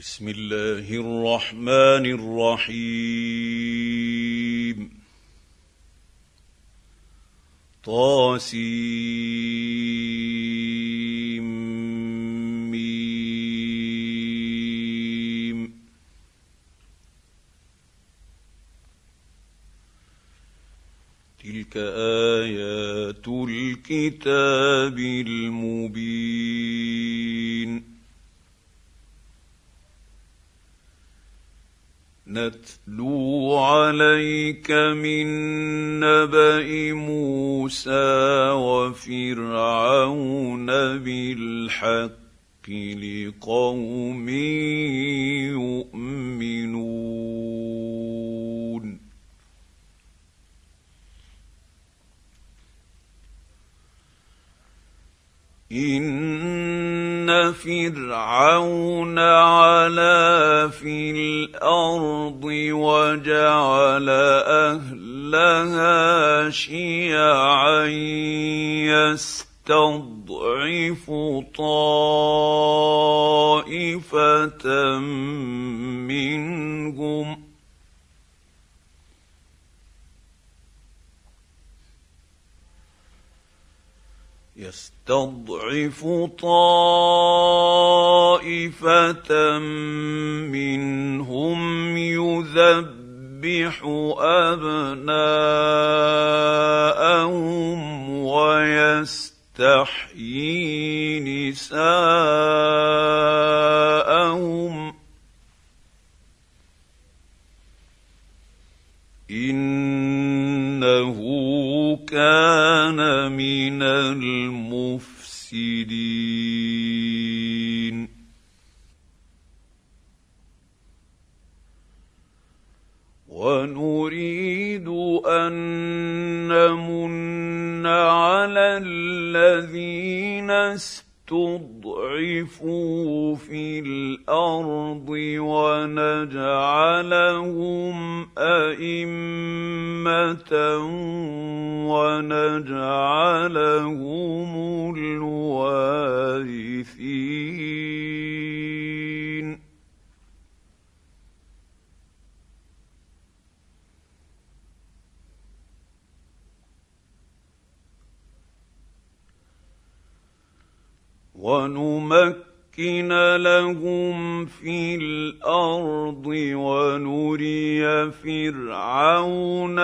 بسم الله الرحمن الرحيم طاسيم تلك آيات الكتاب المبين نتلو عليك من نبأ موسى وفرعون بالحق لقوم يؤمنون إن فرعون علا في الأرض وجعل أهلها شيعا يستضعف طائفة منهم يذبح أبناءهم ويستحيي نساءهم إنه كان من المفسدين ونريد أن نمن على الذين استضعفوا في الأرض ونجعلهم أئمة ونجعلهم الوارثين ونمكن لهم في الأرض ونري فرعون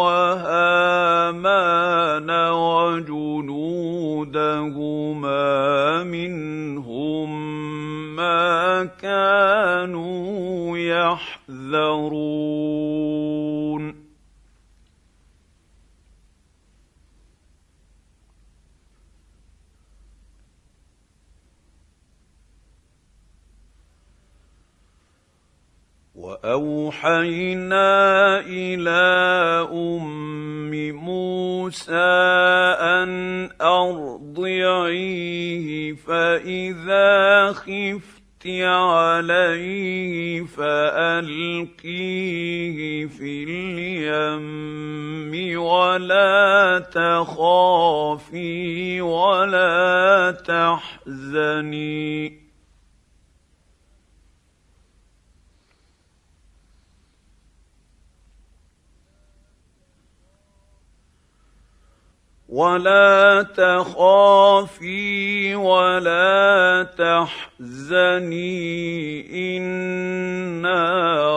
وهامان وجنودهما منهم ما كانوا يحذرون وأوحينا إلى أم موسى أن أرضعيه فإذا خفت عليه فألقيه في اليم ولا تخافي ولا تحزني إنا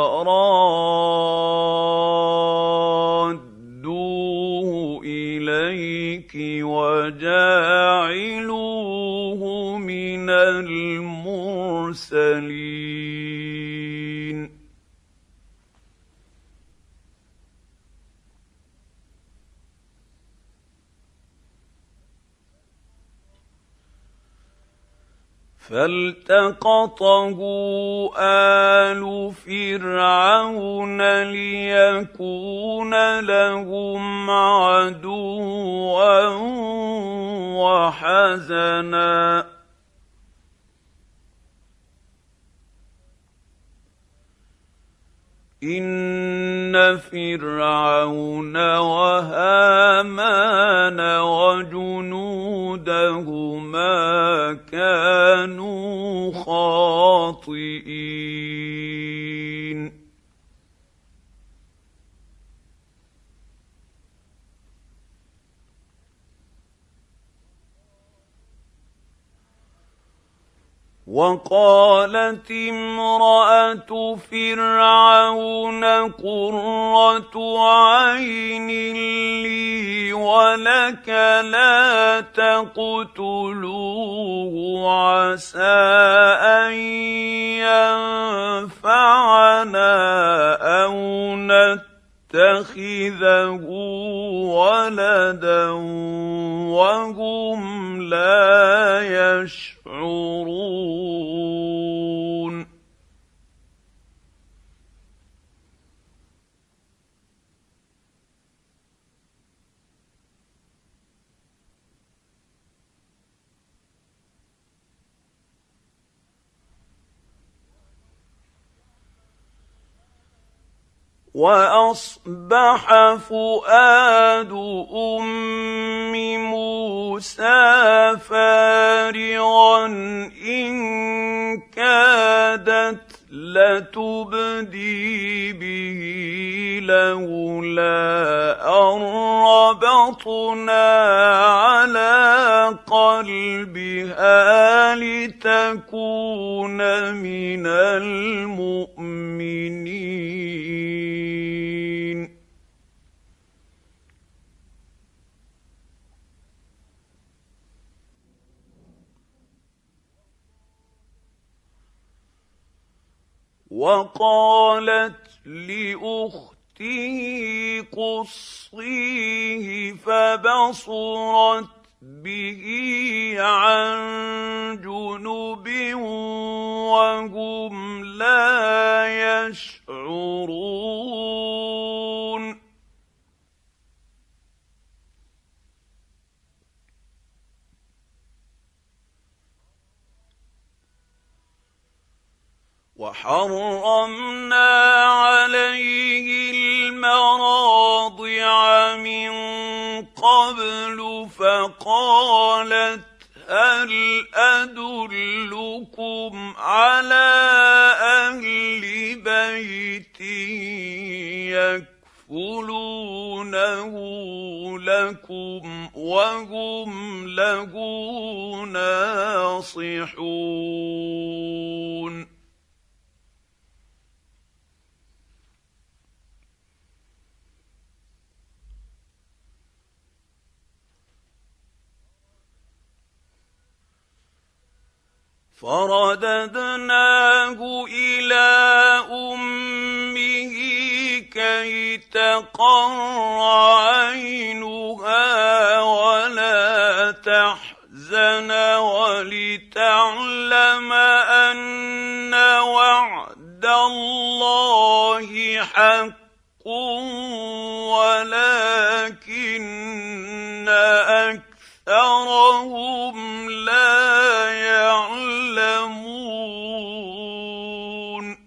رادوه إليك وجاعلوه من المرسلين فالتقطه آل فرعون ليكون لهم عدوا وحزنا إن فرعون وهامان وجنودهما كانوا خاطئين وقالت امرأة فرعون قرة عين لي ولك لا تقتلوه عسى أن ينفعنا أو نتخذه ولدا وهم لا يشعرون. وأصبح فؤاد أم موسى فارغا إن كادت لتبدي به لولا أن ربطنا على قلبها لتكون من المؤمنين. وقالت لأخته قصيه فبصرت به عن جنب وهم لا يشعرون. وحرمنا عليه المراضع من قبل فقالت هل أدلكم على أهل بيت يكفلونه لكم وهم له ناصحون. فرددناه إلى أمه كي تقر عينها ولا تحزن ولتعلم أن وعد الله حق ولكن أكثرهم لا يعلمون.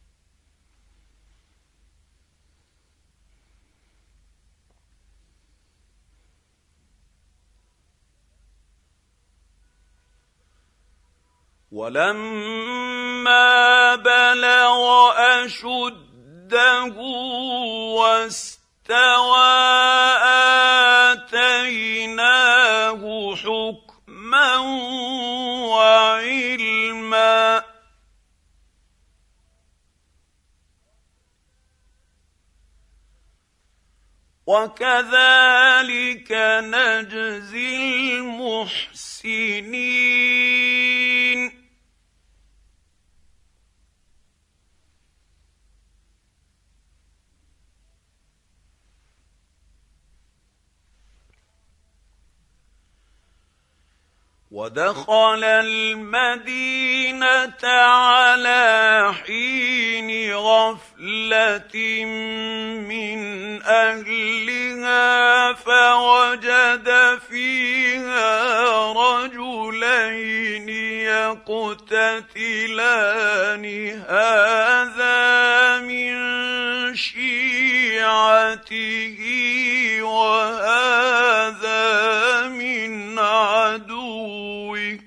ولما بلغ أشده واستوى آتيناه حكما وعلما وكذلك نجزي المحسنين. ودخل المدينة على حين غفلة من أهلها فوجد فيها رجلين يقتتلان هذا من شيعته وهذا من عدوه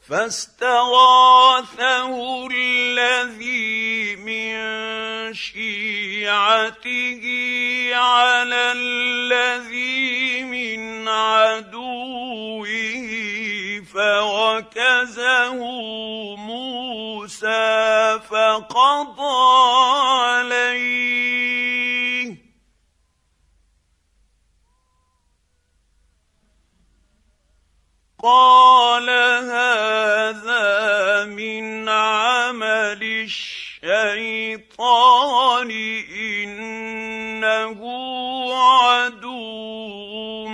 فاستغاثه الذي من شيعته على الذي من عدوه فوكزه موسى فقضى عليه قال هذا من عمل الشيطان إنه عدو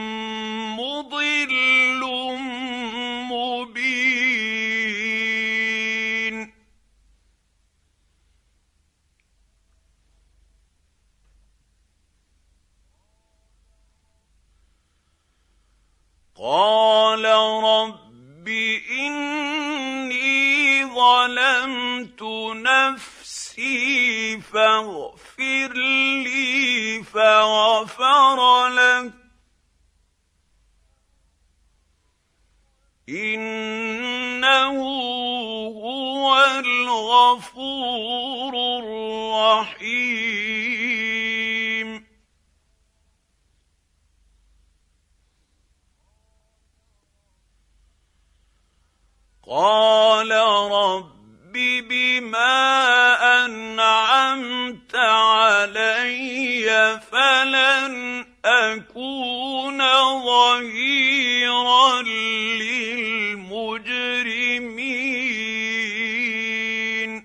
مضل مبين. قال رب إني ظلمت نفسي فاغفر لي فغفر له إنه هو الغفور الرحيم. قال رب بما أنعمت علي فلن أكون ظهيرا للمجرمين.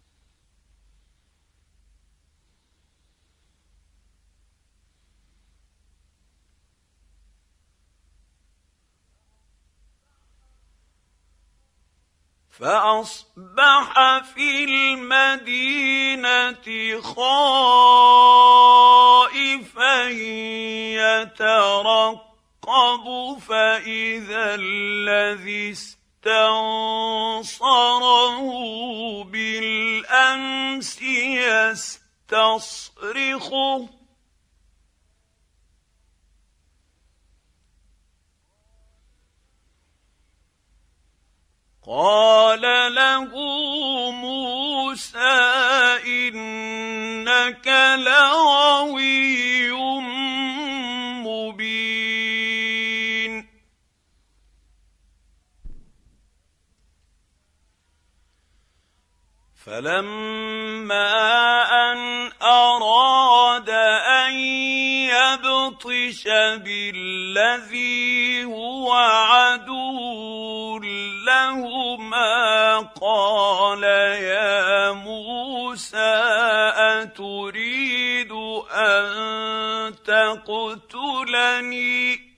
فأصبح في المدينة خائفا يترقب فإذا الذي استنصره بالأمس يستصرخه قال له موسى إنك لغوي مبين. فلما أن أراد أن يبطش بالذي هو عدو لهما قال يا موسى أتريد أن تقتلني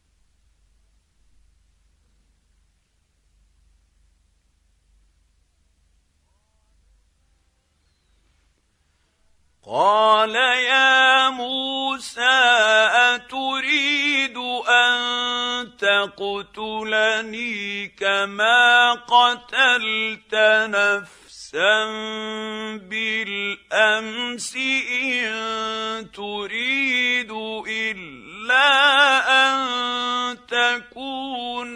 قال يا موسى أتريد أن تقتلني كما قتلت نفسا بالأمس إن تريد إلا أن تكون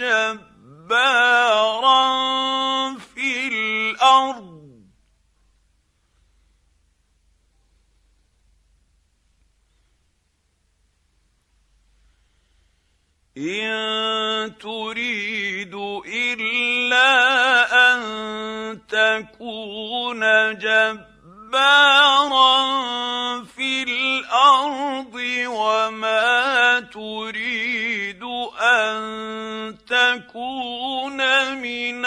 جبارا في الأرض إن تريد إلا أن تكون جبارا في الأرض وما تريد أن تكون من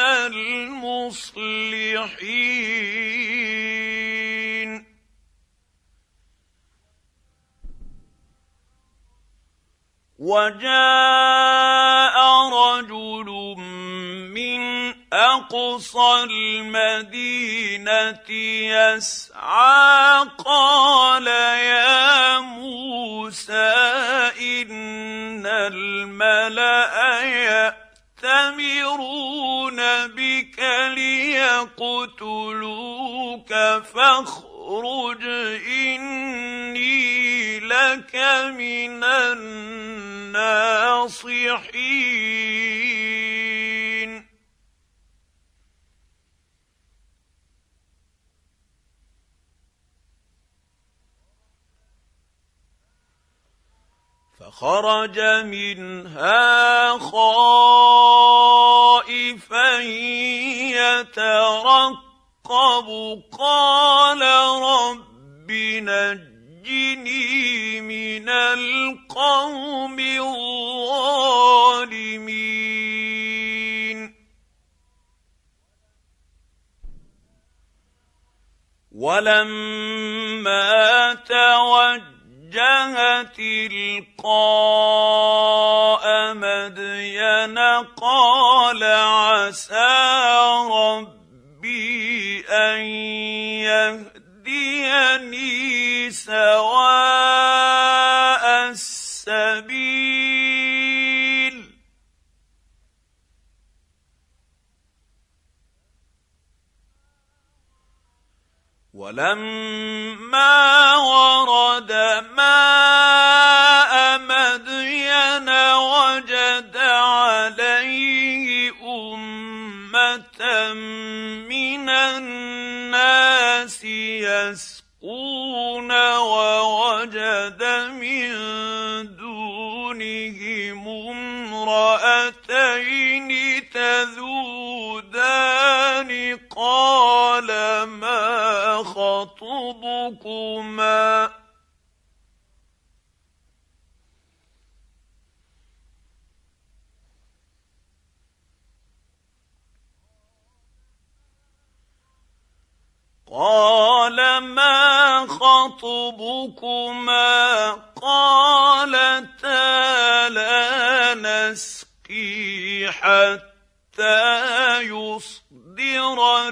المصلحين. وجاء رجل من أقصى المدينة يسعى قال يا موسى إن الملأ يأتمرون بك ليقتلوك فاخرج إني لك من الناصحين. فخرج منها خائفا يترقب قال رب نجني من القوم الظالمين ولما توجه تلقاء مدين قال عسى ربي أن يهديني سواء السبيل ولما ورد ماء مدين وجد عليه أمة من الناس يسقون ووجد من دونهم امرأتين تذودان قال ما خطبكما قال ما خطبكما قالتا لا نسقي حتى يصدر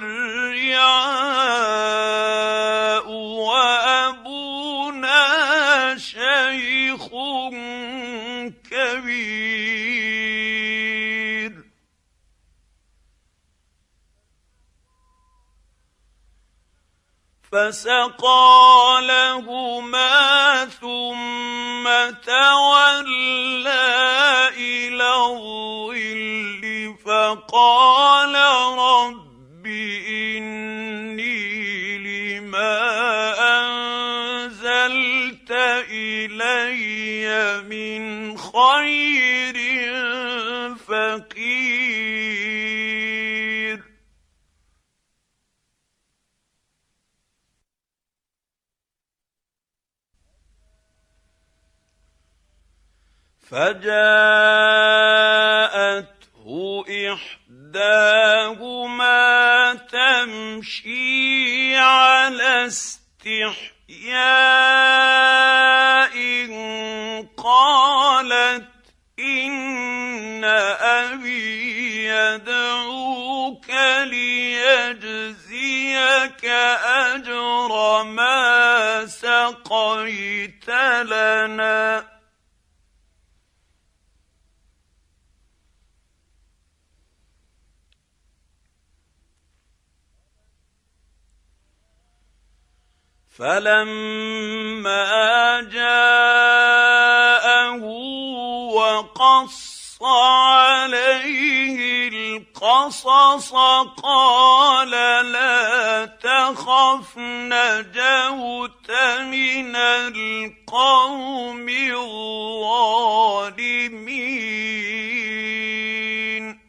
الرعاء وأبونا شيخ كبير فسقى لهما ثم تولى إلى الظل فقال رب إني لما أنزلت إلي من خير فقير فجاءته إحداهما تمشي على استحياء قالت إن أبي يدعوك ليجزيك أجر ما سقيت لنا فلما جاءه وقص عليه القصص قال لا تخف نجوت من القوم الظالمين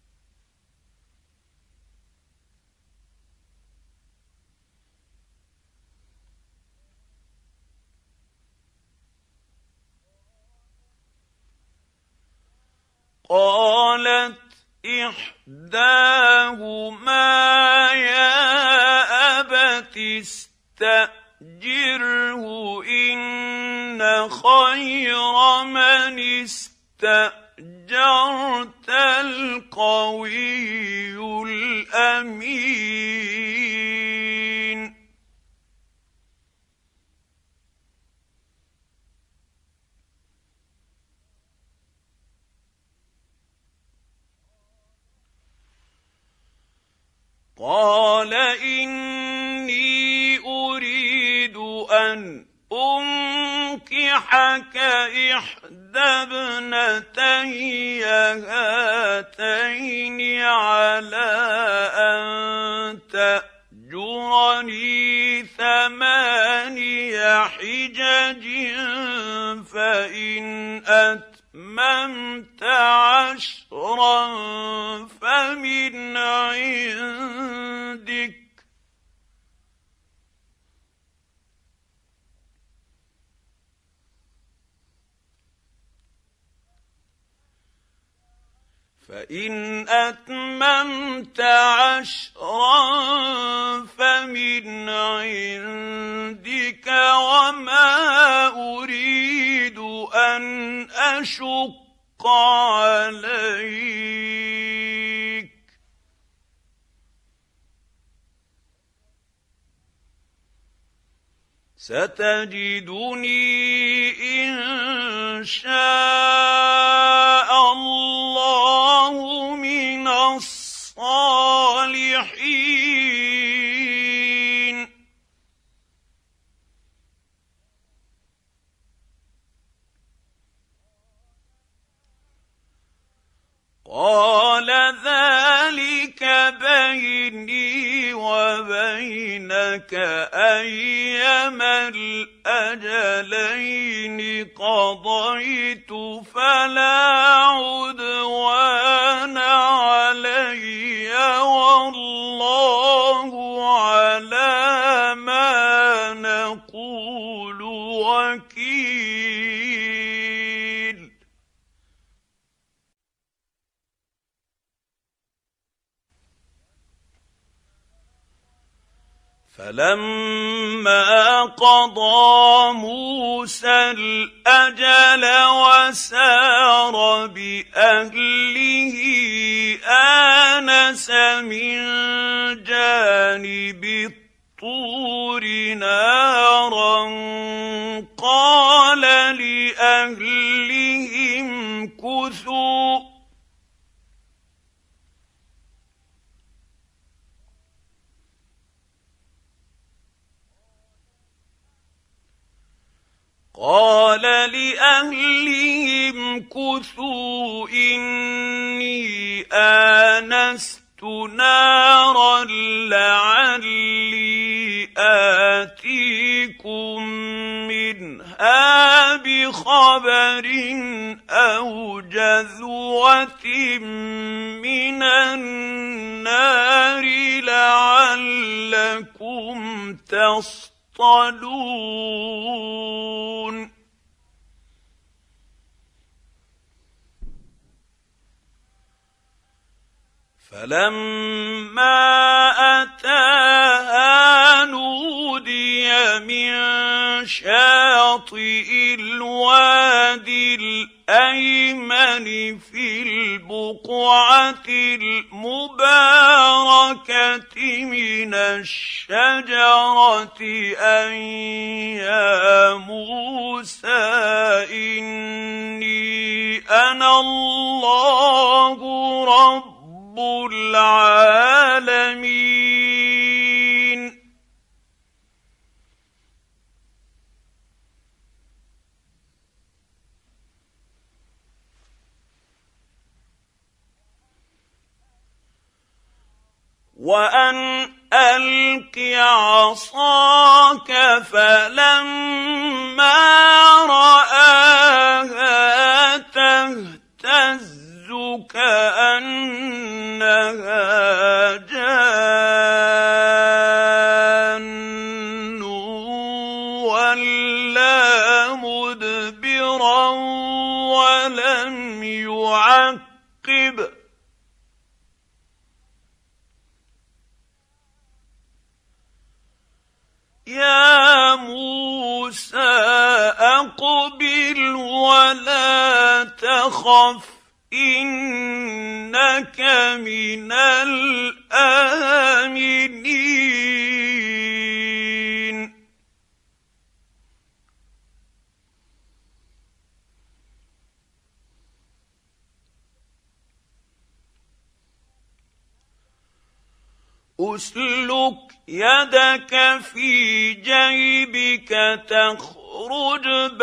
قالت إحداهما يا أبت استأجره إن خير من استأجرت القوي الأمين قال إني أريد أن أنكحك إحدى ابنتي هاتين على أن تأجرني حجج فإن أتممت عشرا فمن عندك فمن عندك وما أريد أن أشق عليك ستجدني إن شاء الله من الصالحين قال ذلك بيني وبينك أيما الأجلين قضيت فلا عدوان علي والله على ما نقول وكيل فلما قضى موسى الأجل وسار بأهله آنس من جانب الطور نارا قال لأهلهم كثوا إني آنست نارا لعلي آتيكم منها بخبر أو جذوة من النار لعلكم تصطلون فلما أتاها نودي من شاطئ الوادي الأيمن في البقعة المباركة من الشجرة أن يا موسى إني أنا الله رب العالمين وأن ألق عصاك فلما رآها تهتز كأنها جان ولا مدبرا ولم يعقب يا موسى أقبل ولا تخف إنك من الآمنين أسلك يدك في جيبك تخرج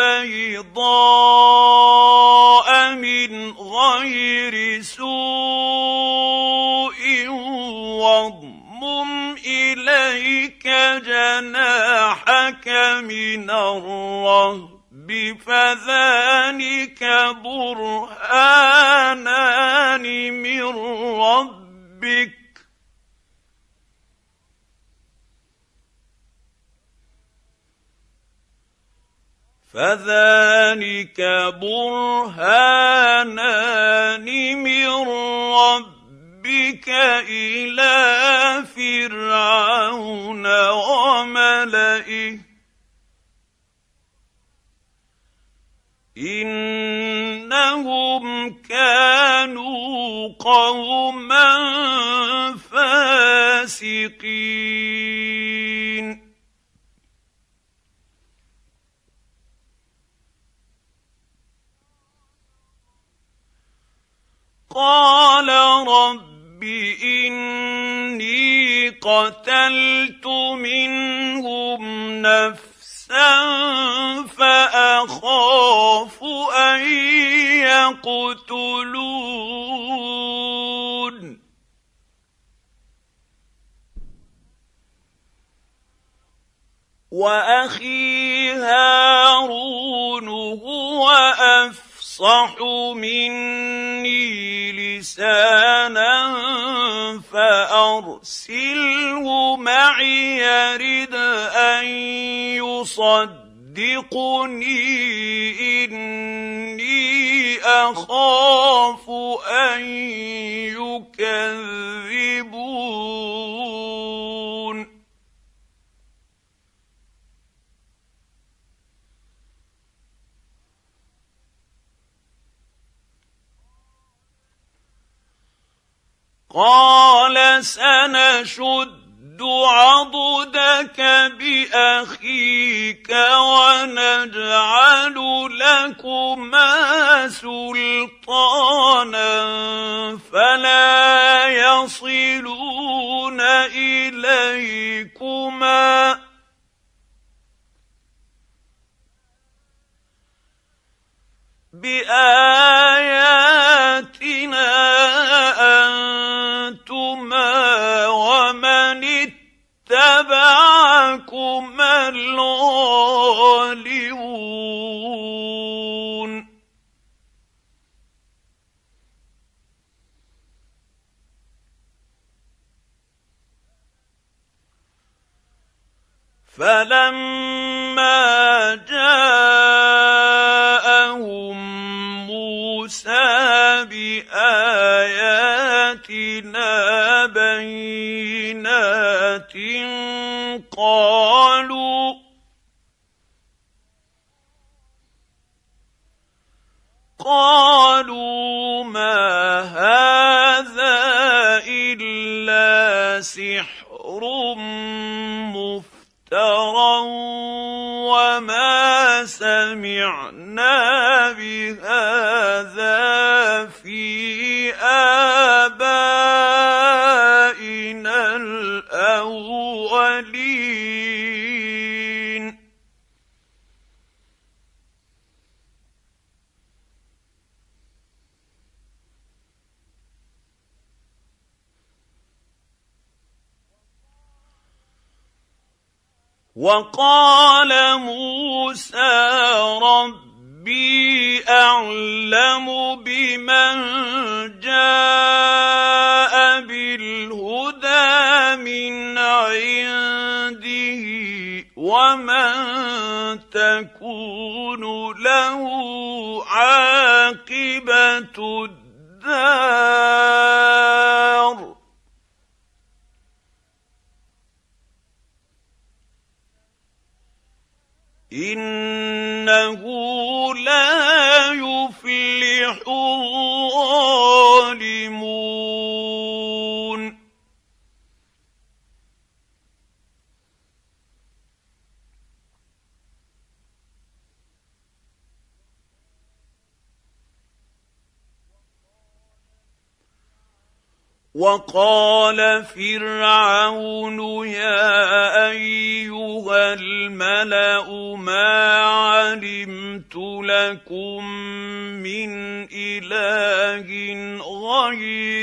بيضاء من غير سوء واضمم إليك جناحك من الرهب فذلك برهانان من ربك إلى فرعون وملئه إنهم كانوا قوما فاسقين قال رب إني قتلت منهم نفسا فأخاف أن يقتلون وأخي هارون هو أفصح مني لسانا فأرسله معي يرد أن يصدقني إني أخاف أن يكذبون قال سنشد عضدك بأخيك ونجعل لكما سلطانا فلا يصلون إليكما بآياتنا أنتما ومن اتبعكما الغالبون فلما جاءهم موسى بآياتنا بينات قالوا ما هذا إلا سحر مفترى وما سمعنا بهذا في آبائنا الأولين وقال موسى ربي أعلم بمن جاء بالهدى من عنده ومن تكون له عاقبة الدار إنه لا يفلح الظالمون وقال فرعون يا أيها الملأ ما علمت لكم من إله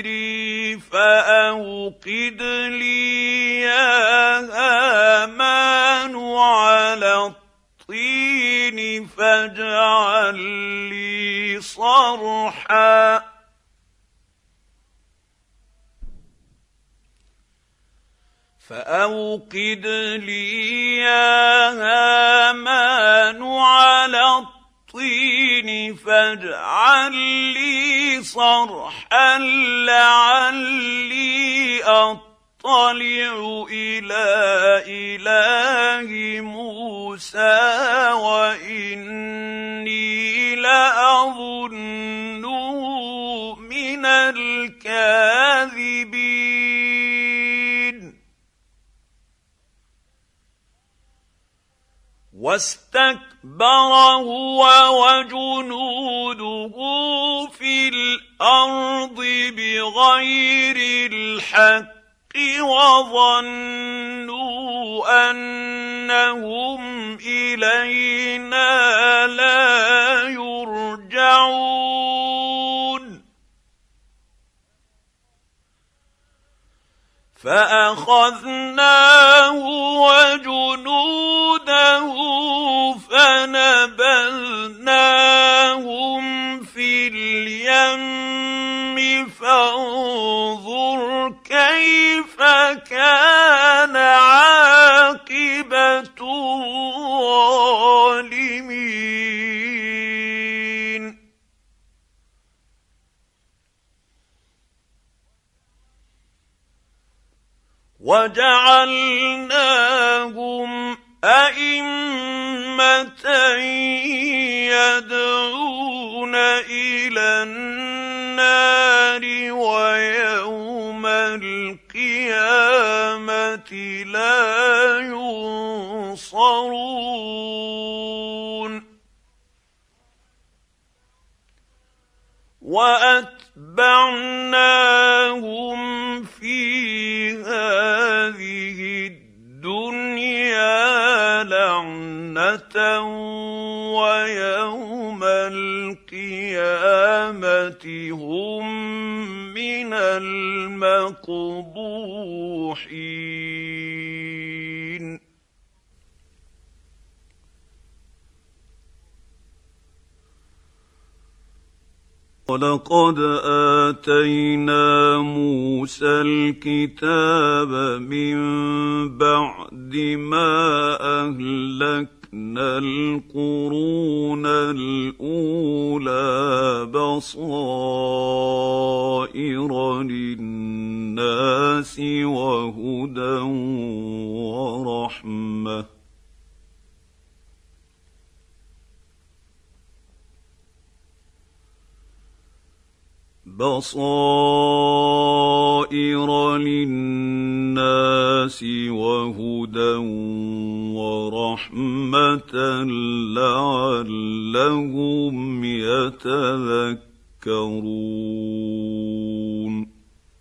غيري فأوقد لي يا هامان فاجعل لي صرحا فأوقد لي يا هامان على الطين فاجعل لي صرحا لعلي أطلع إلى إله موسى وإني لأظنه من الكاذبين واستكبر هو وجنوده في الأرض بغير الحق وظنوا أنهم إلينا لا يرجعون فأخذناه وجنوده فنبذناهم في اليم فانظر كيف كان عاقبة الظالمين وجعلناهم أئمة يدعون إلى النار ويوم القيامة لا ينصرون وأتبعناهم في هذه الدنيا لعنة ويوم القيامة هم من المقبوحين ولقد آتينا موسى الكتاب من بعد ما أهلكنا القرون الأولى بصائر للناس وهدى ورحمة بصائر للناس وهدى ورحمة لعلهم يتذكرون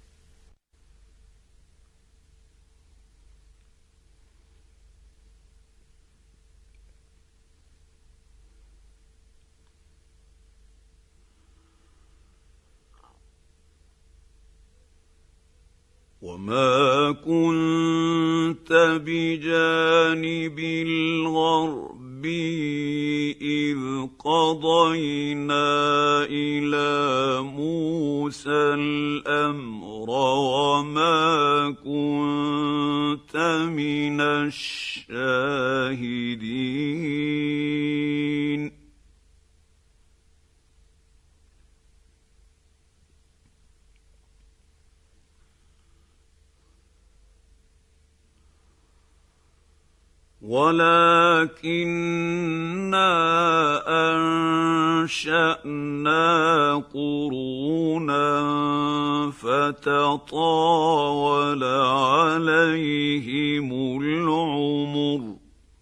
وما كنت بجانب الغرب إذ قضينا إلى موسى الأمر وما كنت من الشاهدين ولكننا أنشأنا قرونا فتطاول عليهم العمر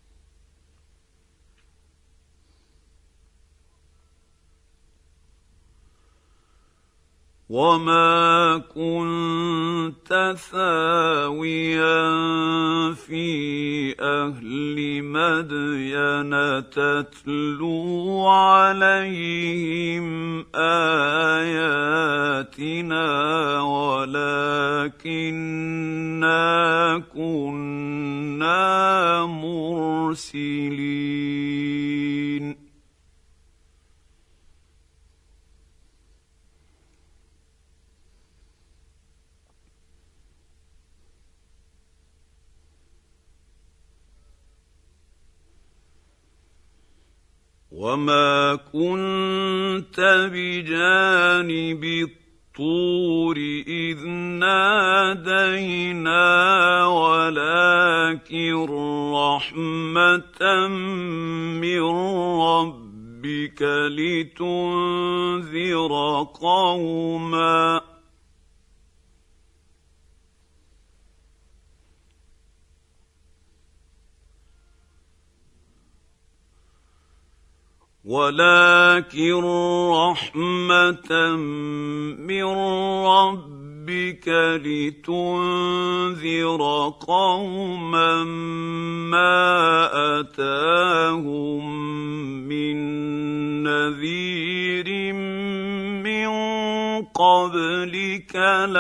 وما كنت ثاويا في أهل مدين تتلو عليهم آياتنا ولكننا كنا مرسلين وما كنت بجانب الطور إذ نادينا ولكن رحمة من ربك لتنذر قوما ما أتاهم من نذير من قبلك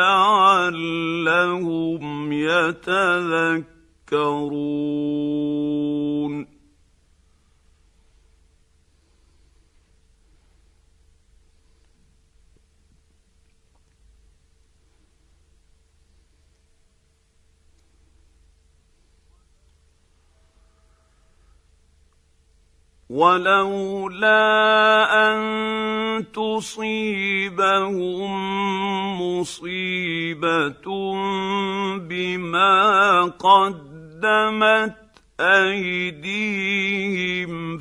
لعلهم يتذكرون ولولا أن تصيبهم مصيبة بما قدمت أيديهم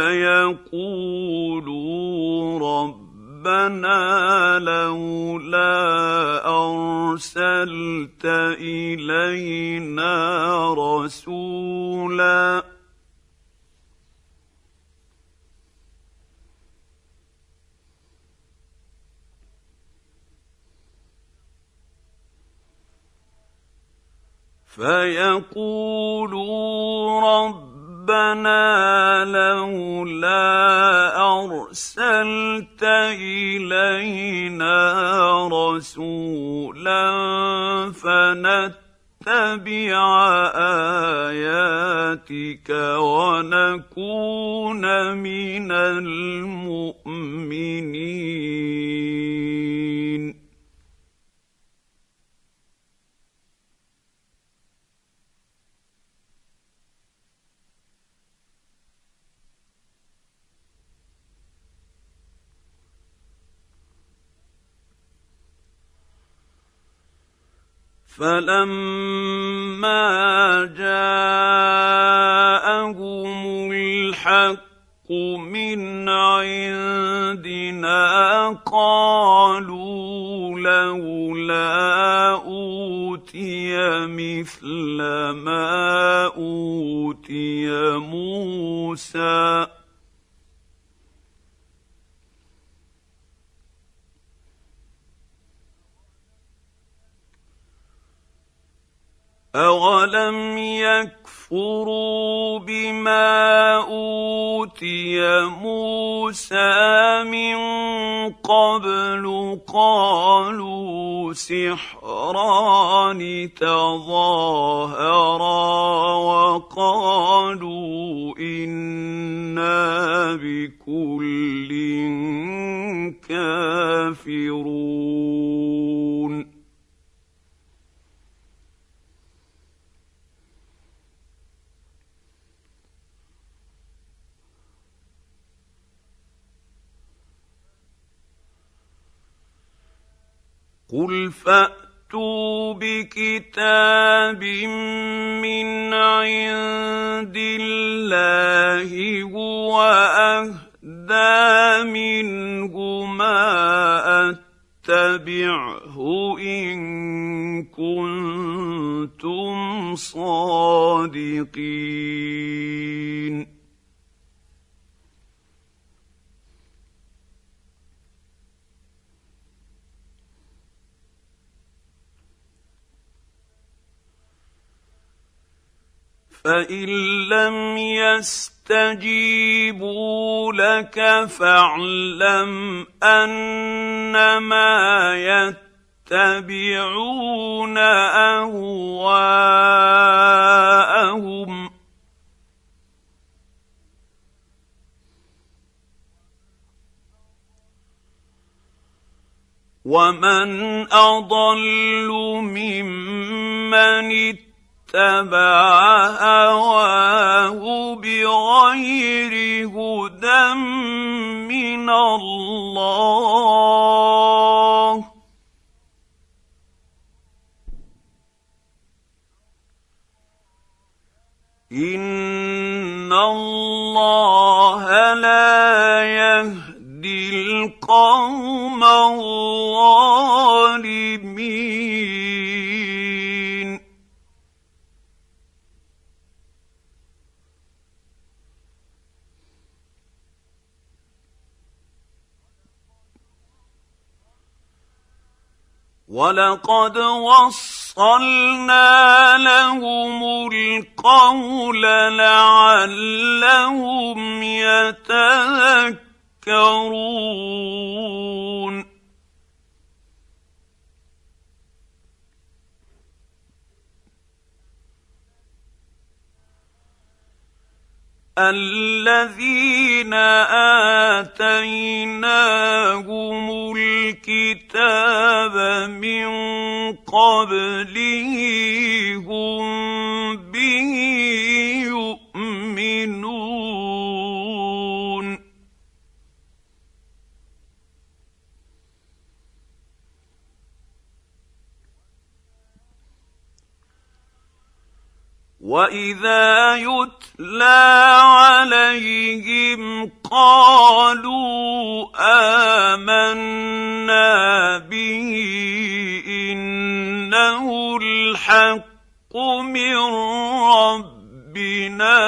فيقولوا ربنا لولا أرسلت إلينا رسولا فيقولوا ربنا لولا أرسلت إلينا رسولا فنتبع آياتك ونكون من المؤمنين فلما جاءهم الحق من عندنا قالوا لولا أوتي مثل ما أوتي موسى أولم يكفروا بما أوتي موسى من قبل قالوا سحران تظاهرا وقالوا إنا بكل كافرون قل فأتوا بكتاب من عند الله هو أهدى منهما أتبعه إن كنتم صادقين فإن لم يستجيبوا لك فاعلم أنما يتبعون أهواءهم ومن أضل ممن اتبع واتبع هواه بغير هدى من الله إن الله لا يهدي القوم الظالمين ولقد وصلنا لهم القول لعلهم يتذكرون الذين آتيناهم الكتاب من قبله هم به يؤمنون وإذا يتلى عليهم قالوا آمنا به إنه الحق من ربنا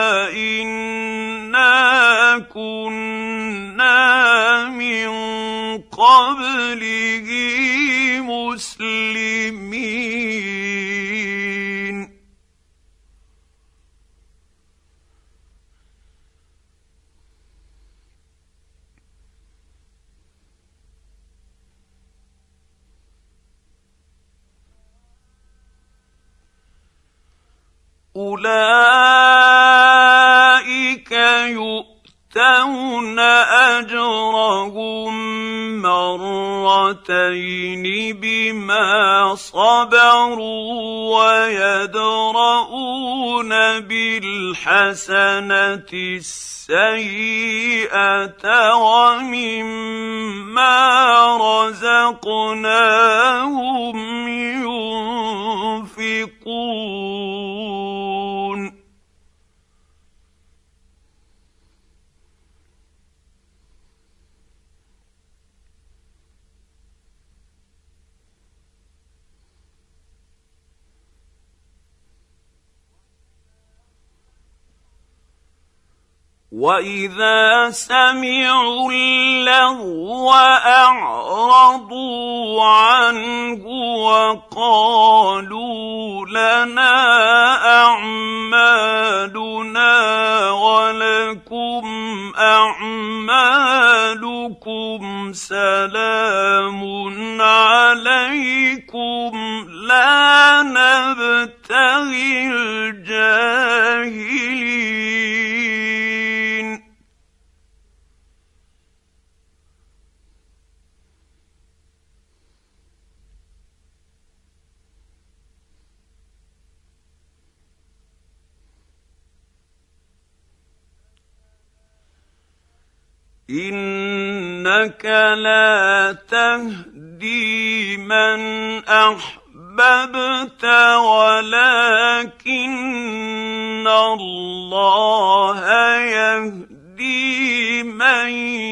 إنا كنا من قبله مسلمين أولئك يؤتون أجرهم مرتين بما صبروا ويدرؤون بالحسنة السيئة ومما رزقناهم ينفقون وإذا سمعوا اللغو أعرضوا عنه وقالوا لنا أعمالنا ولكم أعمالكم سلام عليكم لا نبتغي الجاهلين إنك لا تهدي من أحببت ولكن الله يهدي من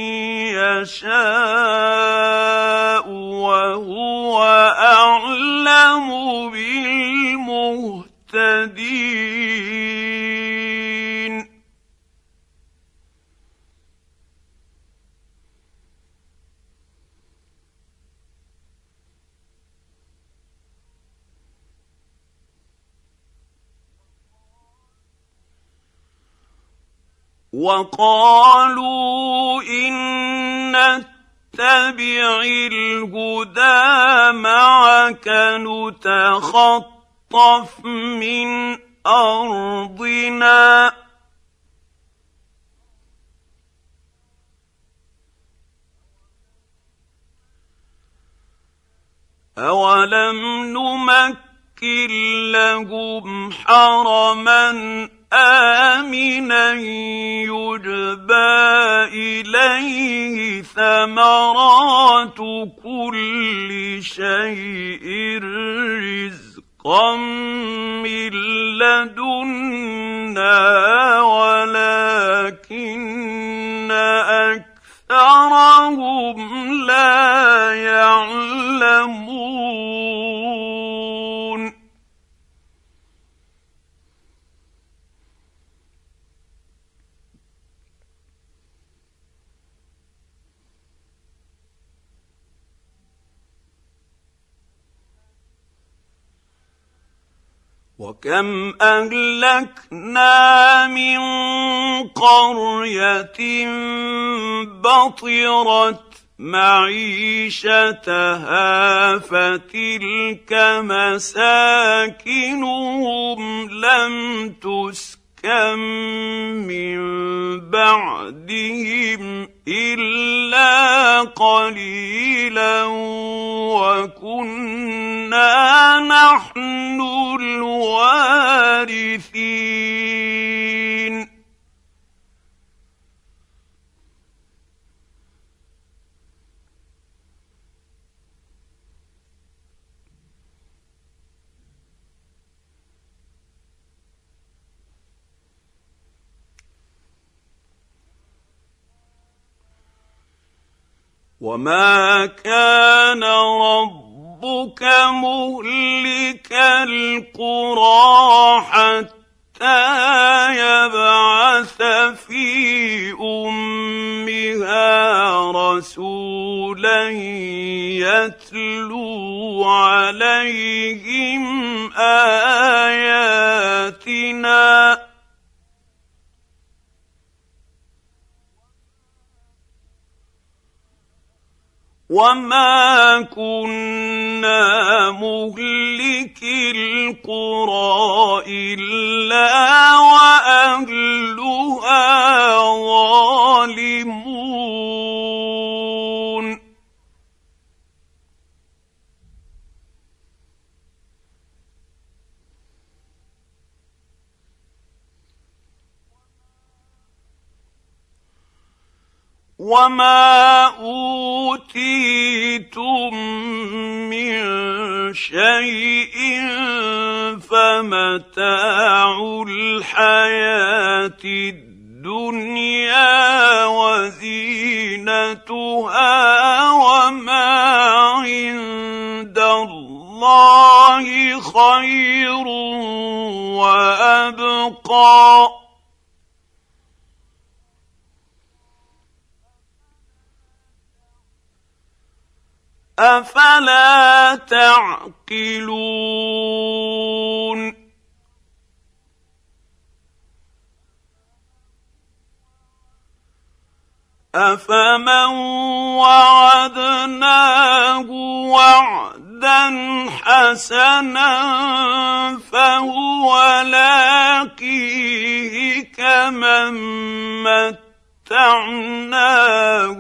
يشاء وهو أعلم بالمهتدين وقالوا إن نتبع الهدى معك نتخطف من أرضنا أولم نمكن لهم حرما آمنا يجبى إليه ثمرات كل شيء رزقا من لدنا ولكن أكثرهم لا يعلمون. وكم أهلكنا من قرية بطرت معيشتها فتلك مساكنهم لم تسكن من بعدهم إلا قليلا وكنا نحن الوارثين. وما كان ربك مهلك القرى حتى يبعث في أمها رسولا يتلو عليهم آياتنا وما كنا مهلكي القرى إلا وأهلها ظالمون. وما أوتيتم من شيء فمتاع الحياة الدنيا وزينتها وما عند الله خير وأبقى أفلا تعقلون. أفمن وعدناه وعدا حسنا فهو لاقيه كمن متعناه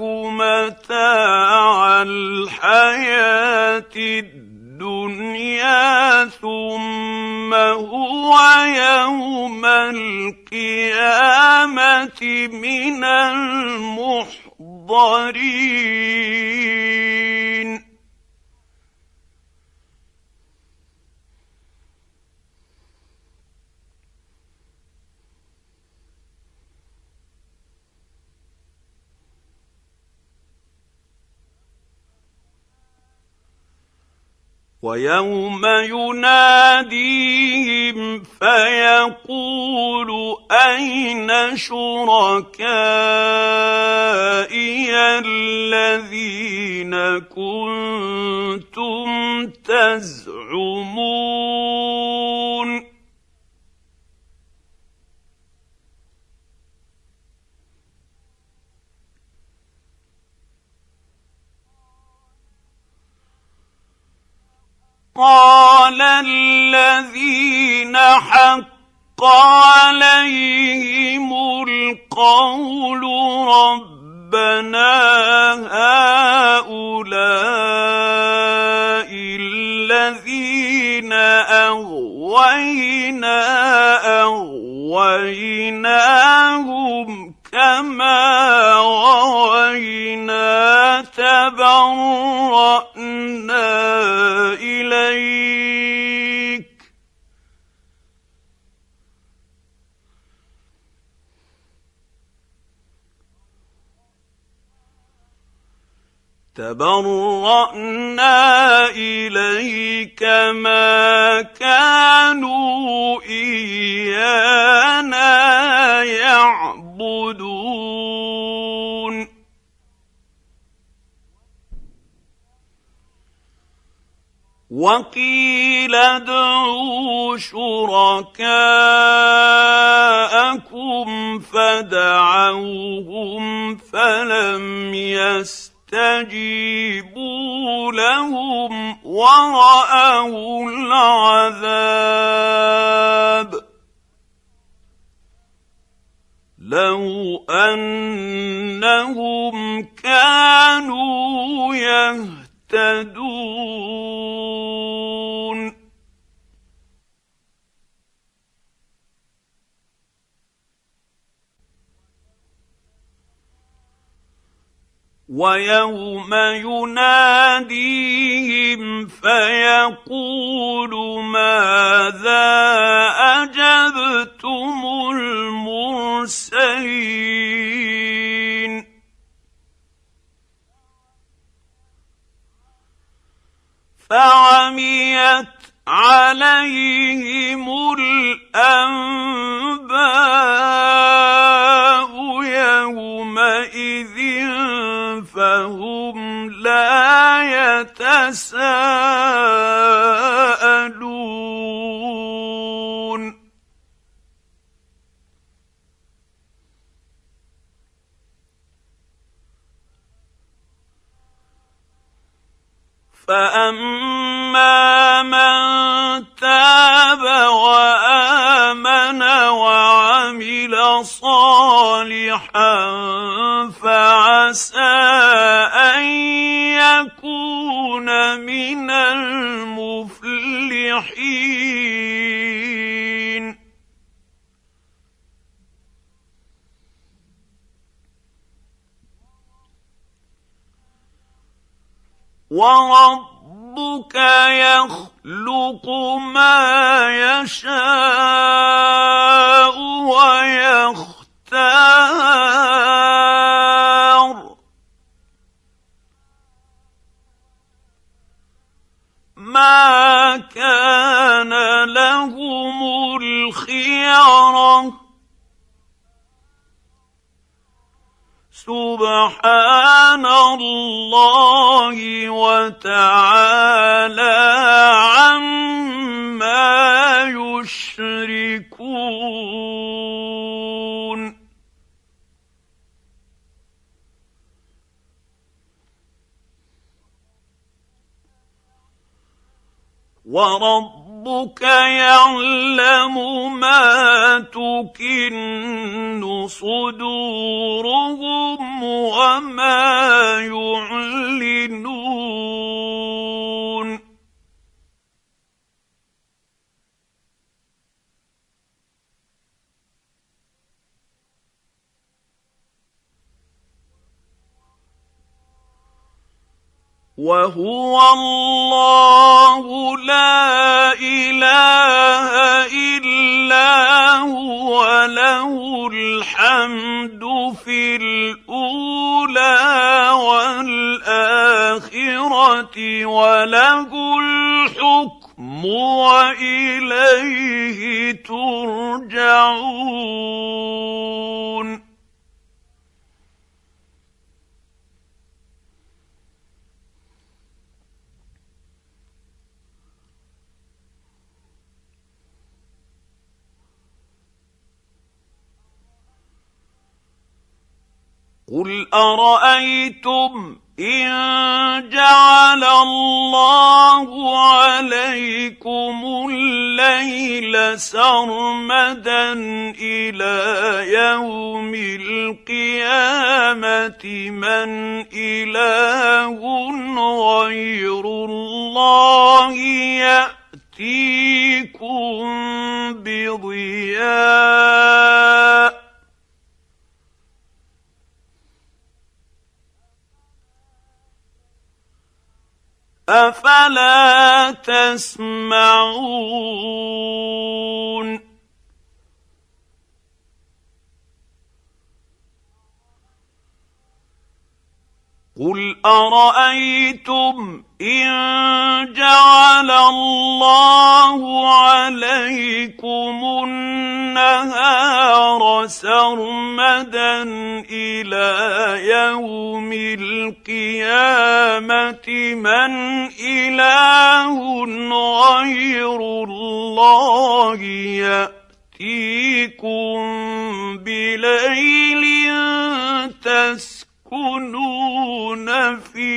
متاع الحياة الدنيا ثم هو يوم القيامة من المحضرين. ويوم يناديهم فيقول أين شركائي الذين كنتم تزعمون قال الذين حق عليهم القول ربنا هؤلاء الذين وَغَوَيْنَاهُمْ كَمَا غَوَيْنَا تَبَرَّأْنَا إِلَيْكَ مَا كَانُوا إِيَّانَا يَعْبُدُونَ وَقِيلَ ادْعُوا شُرَكَاءَكُمْ فَدَعَوْهُمْ فَلَمْ يَسْتَجِيبُوا لَهُمْ وَرَأَوُا الْعَذَابَ لَوْ أَنَّهُمْ كَانُوا يَهْتَدُونَ وَيَوْمَ يُنَادِيهِمْ فَيَقُولُ مَاذَا أَجَبْتُمُ الْمُرْسَلِينَ فَعَمِيَتْ عَلَيْهِمُ الْأَنبَاءُ يَوْمَئِذٍ فَهُمْ لَا يَتَسَاءَلُونَ فَأَمَّا مَن تَابَ وَآمَنَ وَعَمِلَ صَالِحًا فَعَسَىٰ أَن يَكُونَ مِنَ الْمُفْلِحِينَ وَرَبُّكَ يَخْلُقُ مَا يَشَاءُ وَيَخْتَارُ مَا كَانَ لَهُمُ الْخِيَرَةُ سُبْحَانَ اللَّهِ وَتَعَالَىٰ عَمَّا يُشْرِكُونَ وَرَبُّكَ يَعْلَمُ مَا تُكِنُّ صُدُورُهُمْ وَمَا يُعْلِنُونَ وَهُوَ اللَّهُ لَا إِلَٰهَ إِلَّا هُوَ لَهُ الْحَمْدُ فِي الْأُولَىٰ وَالْآخِرَةِ وَلَهُ الْحُكْمُ وَإِلَيْهِ تُرْجَعُونَ قُلْ أَرَأَيْتُمْ إِن جَعَلَ اللَّهُ عَلَيْكُمُ اللَّيْلَ سَرْمَدًا إِلَىٰ يَوْمِ الْقِيَامَةِ مَنْ إِلَٰهٌ غَيْرُ اللَّهِ يَأْتِيكُم بِضِيَاءٍ أفلا تسمعون قل أرأيتم إن جعل الله عليكم النهار سرمدا إلى يوم القيامة من إله غير الله يأتيكم بليل تسكنون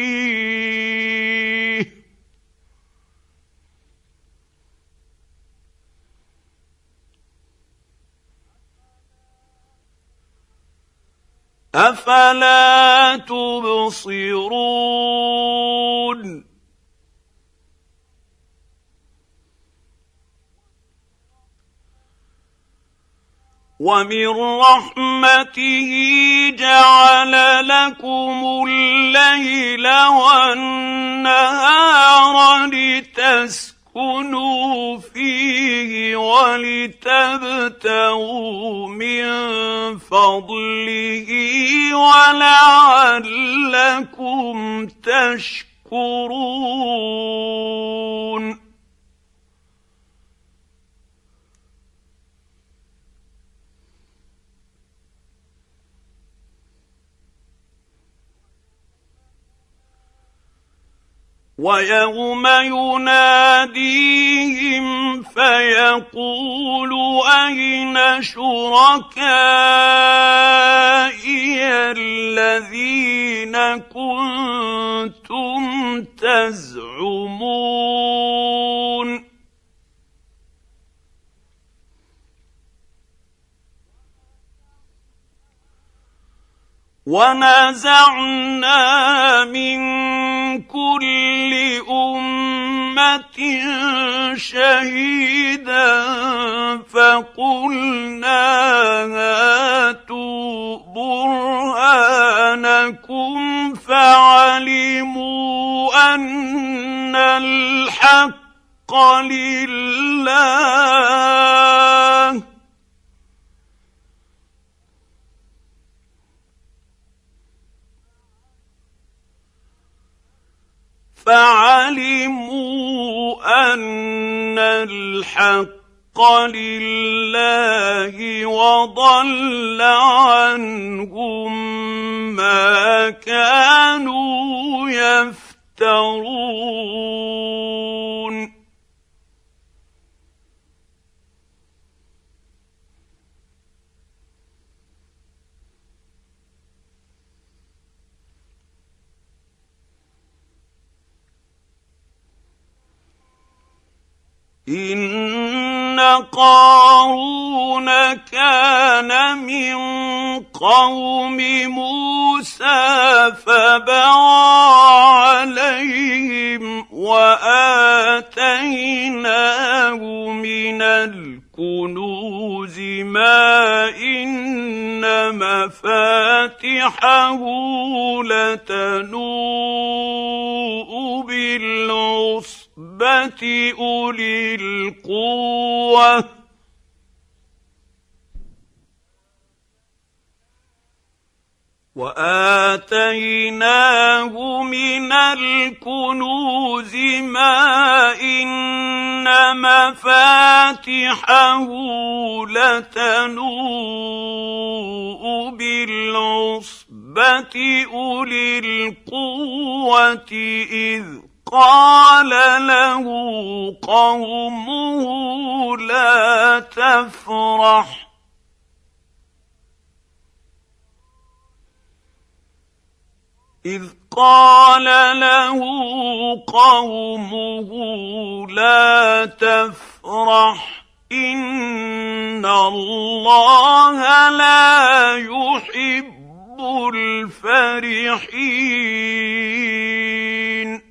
فيه أفلا تبصرون ومن رحمته جعل لكم الليل والنهار لتسكنوا فيه ولتبتغوا من فضله ولعلكم تشكرون ويوم يناديهم فيقول أين شركائي الذين كنتم تزعمون ونزعنا من كل أمة شهيدا فقلنا هاتوا برهانكم فعلموا أن الحق لله وضل عنهم ما كانوا يفترون إن قارون كان من قوم موسى فبغى عليهم وآتيناه من الكنوز ما إن مفاتحه لتنوء بالعصبة أولي القوة وآتيناه من الكنوز ما إن مفاتحه لتنوء بالعصبة أولي القوة إذ قال له قومه لا تفرح إذ قال له قومه لا تفرح إن الله لا يحب الفرحين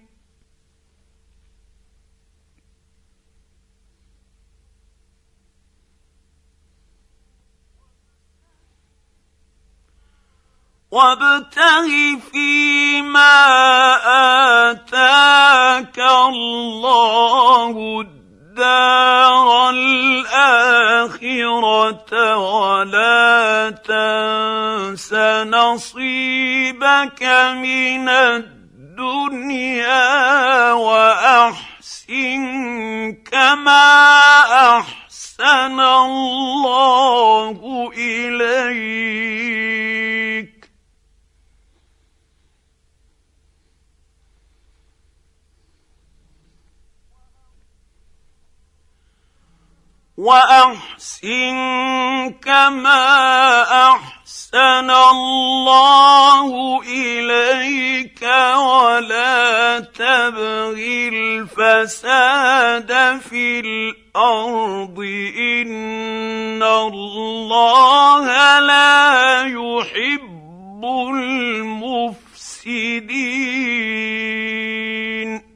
وابتغ ما آتاك الله الدار الآخرة ولا تنس نصيبك من الدنيا وأحسن كما أحسن الله إليك الله إليك ولا تبغ الفساد في الأرض إن الله لا يحب المفسدين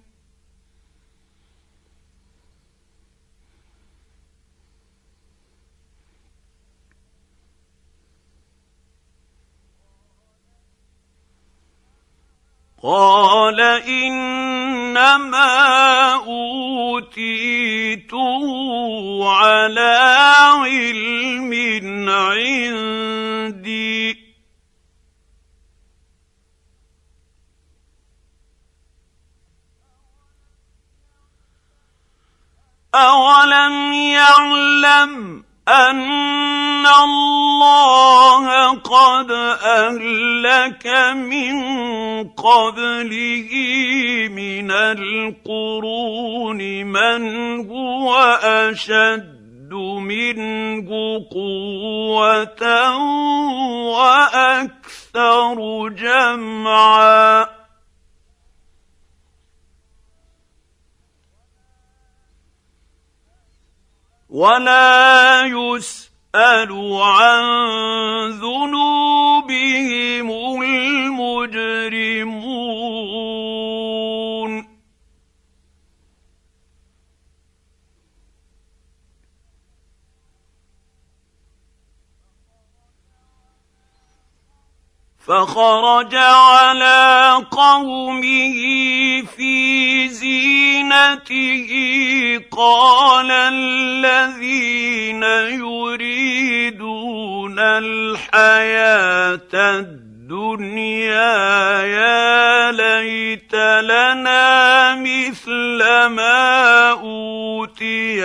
قال إنما أوتيته على علم عندي أولم يعلم أن الله قد أهلك من قبله من القرون من هو أشد منه قوة وأكثر جمعا ولا يسأل عن ذنوبهم المجرمون فخرج على قومه في زينته قال الذين يريدون الحياة الدنيا يا ليت لنا مثل ما أوتي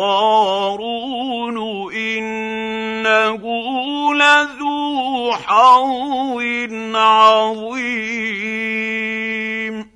قارون إنه لذو حظ عظيم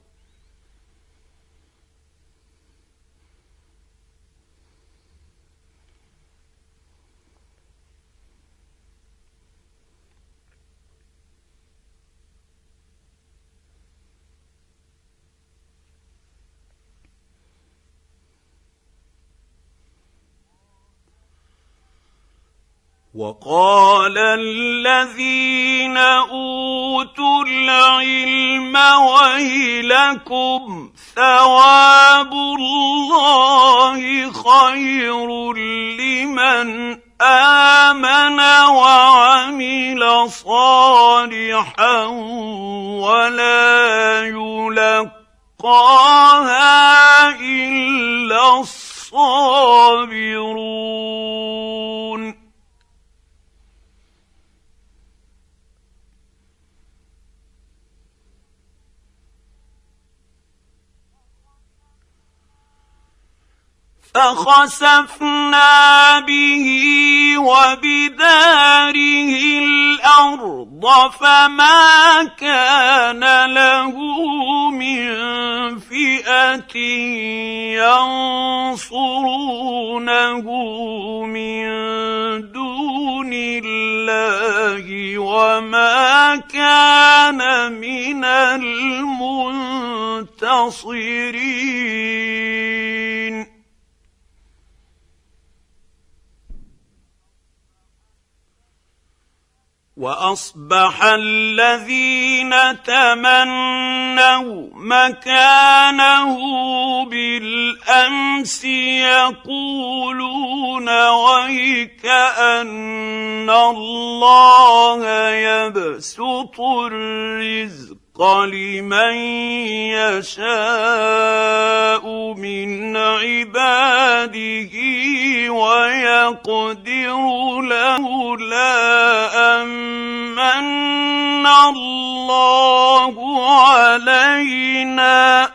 وقال الذين أوتوا العلم ويلكم ثواب الله خير لمن آمن وعمل صالحا ولا يلقاها إلا الصابرون فخسفنا به وبداره الأرض فما كان له من فئة ينصرونه من دون الله وما كان من المنتصرين وأصبح الذين تمنوا مكانه بالأمس يقولون ويكأن الله يبسط الرزق لمن يشاء من عباده ويقدر لولا أمن الله علينا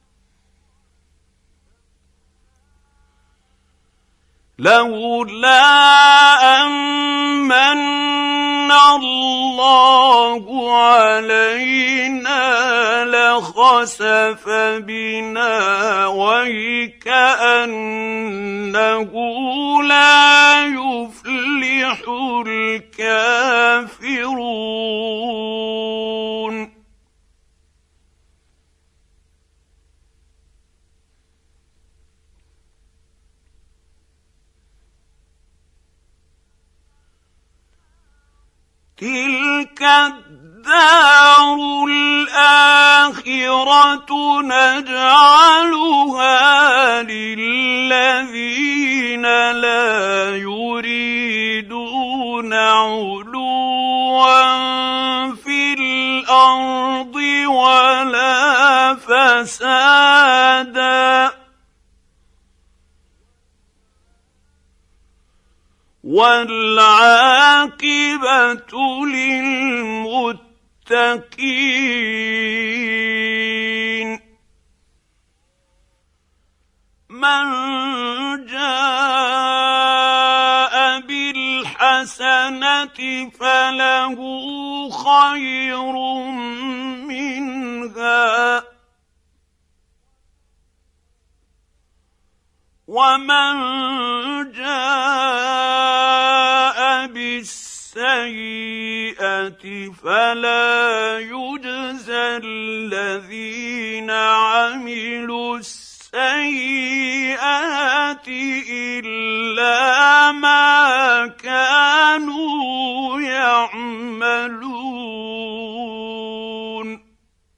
لخسف بنا وكأنه لا يفلح الكافرون تلك الدار الآخرة نجعلها للذين لا يريدون علوا في الأرض ولا فسادا والعاقبة للمتقين من جاء بالحسنة فله خير منها ومن جاء بالسيئة فلا يجزى الذين عملوا السيئات إلا ما كانوا يعملون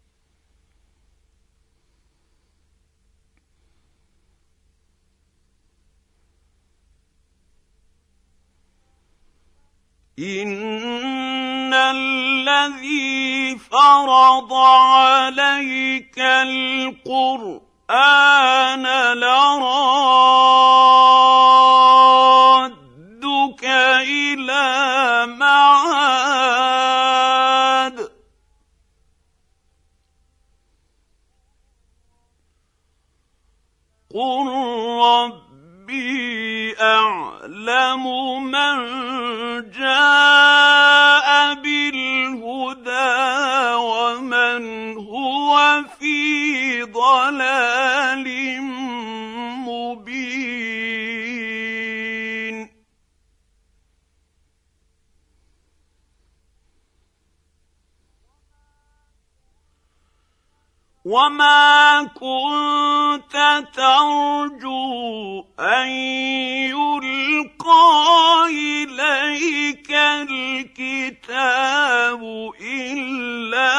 إن الذي فرض عليك القرآن لرادك إلى معاد قل ربي أعلم من جاء بالهدى ومن هو في ضلال مبين وما كنت ترجو أن يلقى إليك الكتاب إلا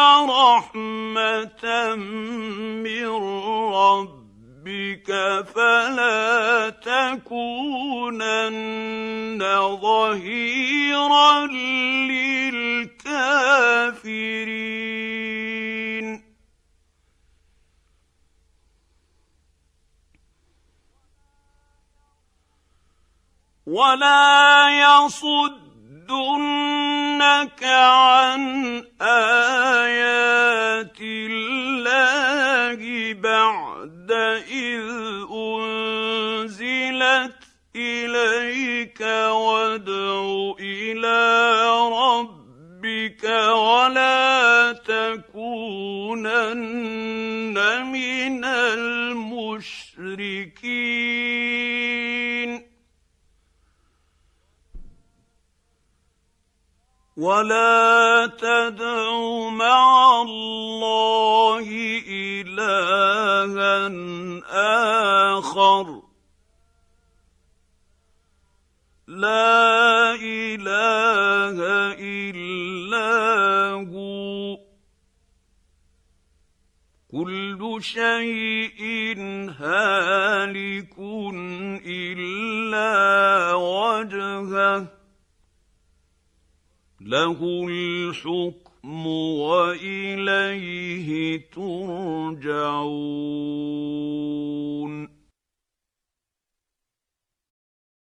رحمة من ربك فلا تكونن ظهيرا للكافرين ولا يصدنك عن آيات الله بعد إذ أنزلت إليك وادع إلى ربك ولا تكونن من المشركين ولا تدع مع الله إلها آخر لا إله إلا هو كل شيء هالك إلا وجهه له الحكم واليه ترجعون.